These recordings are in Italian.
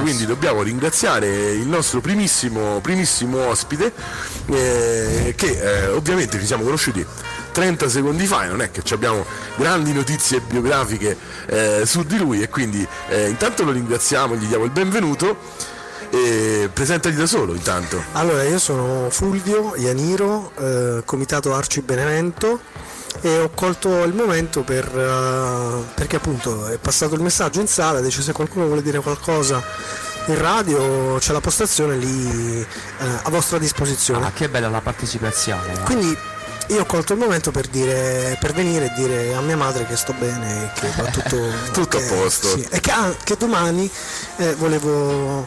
quindi dobbiamo ringraziare il nostro primissimo ospite, che ovviamente ci siamo conosciuti 30 secondi fa, e non è che abbiamo grandi notizie biografiche su di lui, e quindi intanto lo ringraziamo, gli diamo il benvenuto. Presentati da solo intanto. Allora, io sono Fulvio Ianiro, comitato Arci Benevento, e ho colto il momento perché appunto è passato il messaggio in sala, dice se qualcuno vuole dire qualcosa in radio c'è la postazione lì a vostra disposizione. Ah, che bella la partecipazione. Quindi io ho colto il momento per venire e dire a mia madre che sto bene e che va tutto a posto. Sì, e che domani volevo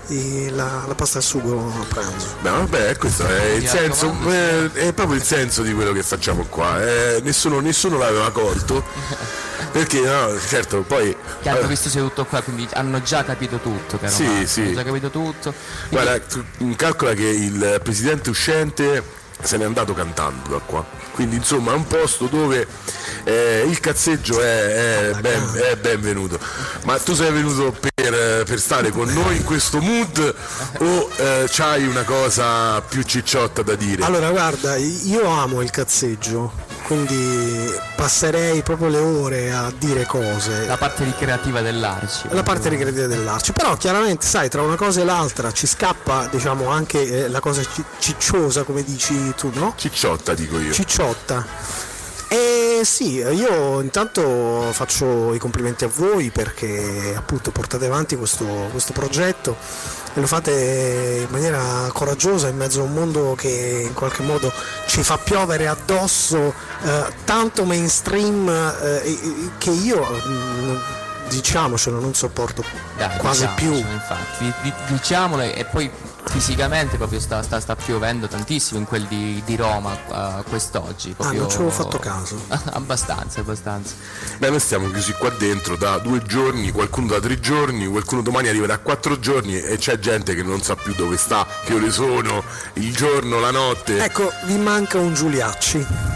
la pasta al sugo a pranzo. Beh, vabbè, questo è il senso, è proprio il senso di quello che facciamo qua. Nessuno l'aveva colto. Perché no, certo, poi che hanno visto seduto qua, quindi hanno già capito tutto, caro sì, Marco, sì. hanno già capito tutto. Guarda, calcola che il presidente uscente se n'è andato cantando da qua, quindi insomma è un posto dove il cazzeggio è benvenuto. Ma tu sei venuto per stare con noi in questo mood o c'hai una cosa più cicciotta da dire? Allora guarda, io amo il cazzeggio, quindi passerei proprio le ore a dire cose. La parte ricreativa dell'Arci. La parte ricreativa dell'Arci, però chiaramente sai, tra una cosa e l'altra ci scappa, diciamo, anche la cosa cicciosa, come dici tu, no? Cicciotta dico io. Cicciotta. E sì, io intanto faccio i complimenti a voi perché appunto portate avanti questo progetto e lo fate in maniera coraggiosa in mezzo a un mondo che in qualche modo ci fa piovere addosso tanto mainstream che io, diciamocelo, non sopporto quasi più. Infatti, diciamolo, e poi fisicamente proprio sta piovendo tantissimo in quel di Roma quest'oggi. Proprio... non ci avevo fatto caso. abbastanza. Beh, noi stiamo chiusi qua dentro da 2 giorni, qualcuno da 3 giorni, qualcuno domani arriva da 4 giorni e c'è gente che non sa più dove sta, che ore sono, il giorno, la notte. Ecco, vi manca un Giuliacci.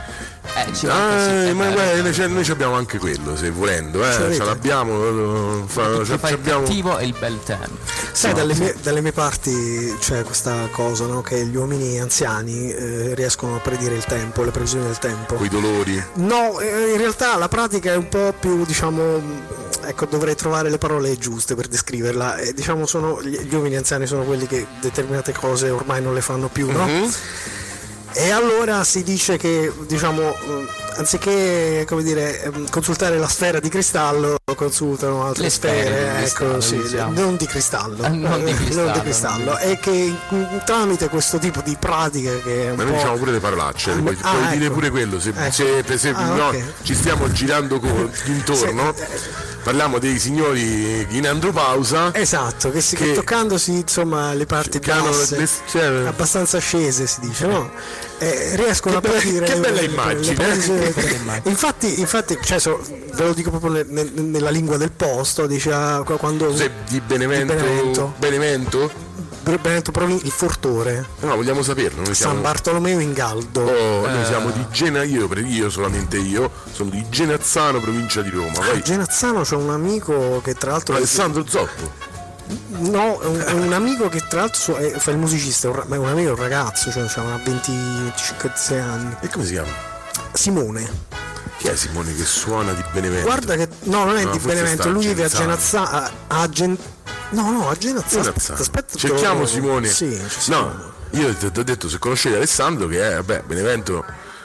Ma noi abbiamo anche quello, se volendo, ce l'abbiamo. Il cattivo e il bel tempo. Sai, dalle mie parti c'è questa cosa, no? Che gli uomini anziani riescono a predire il tempo, le previsioni del tempo. Coi dolori? No, in realtà la pratica è un po' più, diciamo, ecco, dovrei trovare le parole giuste per descriverla. Diciamo, gli uomini anziani sono quelli che determinate cose ormai non le fanno più, no? Mm-hmm. E allora si dice che, diciamo, anziché, come dire, consultare la sfera di cristallo, consultano altre sfere, ecco, sì, diciamo. Non di cristallo, non di cristallo, e che tramite questo tipo di pratiche che ma noi diciamo pure le parolacce, puoi dire pure quello, se no, okay. Ci stiamo girando intorno. Parliamo dei signori in andropausa. Esatto, che toccandosi insomma le parti basse, abbastanza scese si dice, no? Riescono a predire. Che bella immagine! Infatti cioè, ve lo dico proprio nella lingua del posto, dice quando di Benevento. Benevento il Fortore. No, vogliamo saperlo. Noi San Bartolomeo in Galdo. Noi siamo di solamente io sono di Genazzano, provincia di Roma. A Genazzano c'è un amico che tra l'altro Alessandro Zoppo. No, un amico che tra l'altro fa il musicista, ma è un amico, un ragazzo, cioè ha 25 anni. E come si chiama? Simone. Chi è Simone che suona di Benevento? Guarda che non è di Benevento, lui vive a Genazzano. A Genazzano. Aspetta, cerchiamo Simone. Sì, no, io ti ho detto, se conoscete Alessandro, che è Benevento.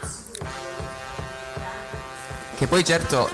Che poi certo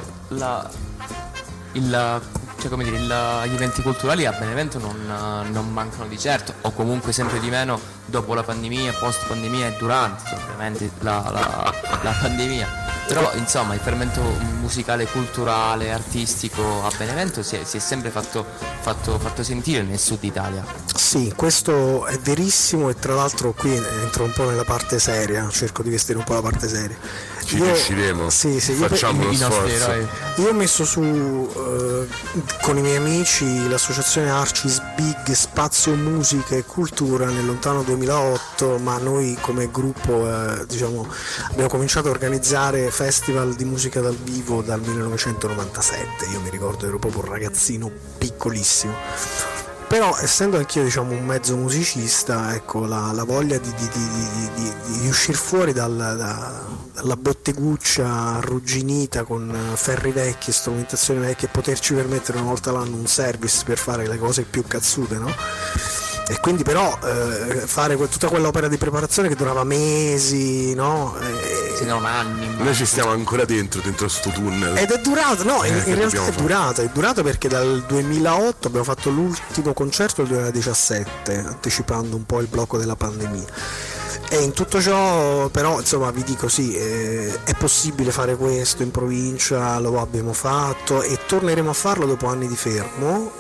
cioè, come dire, gli eventi culturali a Benevento non mancano di certo, o comunque sempre di meno dopo la pandemia, post pandemia e durante ovviamente la pandemia. Però insomma il fermento musicale, culturale, artistico a Benevento si è sempre fatto sentire nel sud Italia. Sì, questo è verissimo, e tra l'altro qui entro un po' nella parte seria, cerco di vestire un po' la parte seria. Ci riusciremo, facciamo lo sforzo. Io ho messo su con i miei amici l'associazione Arcis Big Spazio Musica e Cultura nel lontano 2008, ma noi come gruppo diciamo abbiamo cominciato a organizzare festival di musica dal vivo dal 1997. Io mi ricordo, ero proprio un ragazzino piccolissimo. Però essendo anch'io diciamo un mezzo musicista, ecco, la voglia di uscire fuori dalla botteguccia arrugginita con ferri vecchi, strumentazioni vecchie, e poterci permettere una volta l'anno un service per fare le cose più cazzute, no? E quindi però fare tutta quell'opera di preparazione che durava mesi, no? Se non anni. Noi ci stiamo ancora dentro sto tunnel. Ed è durato, no, in realtà è fare? durato perché dal 2008 abbiamo fatto l'ultimo concerto del 2017, anticipando un po' il blocco della pandemia. E in tutto ciò però insomma vi dico sì, è possibile fare questo in provincia, lo abbiamo fatto e torneremo a farlo dopo anni di fermo,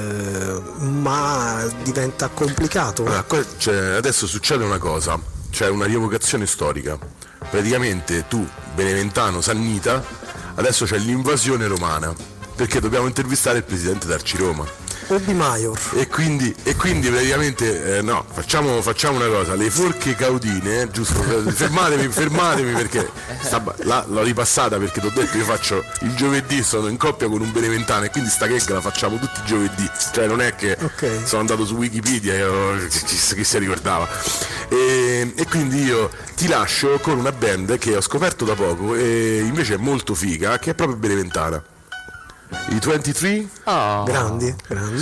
ma diventa complicato. Allora, adesso succede una cosa, c'è una rievocazione storica. Praticamente tu, Beneventano, Sannita, adesso c'è l'invasione romana, perché dobbiamo intervistare il presidente d'Arci Roma. Obi Maior. E quindi praticamente no, facciamo una cosa, le forche caudine, giusto? fermatemi perché l'ho ripassata, perché ti ho detto io faccio il giovedì, sono in coppia con un beneventano e quindi sta checca la facciamo tutti i giovedì, cioè non è che sono andato su Wikipedia e chi si ricordava, e quindi io ti lascio con una band che ho scoperto da poco e invece è molto figa, che è proprio beneventana, i 23. Grandi.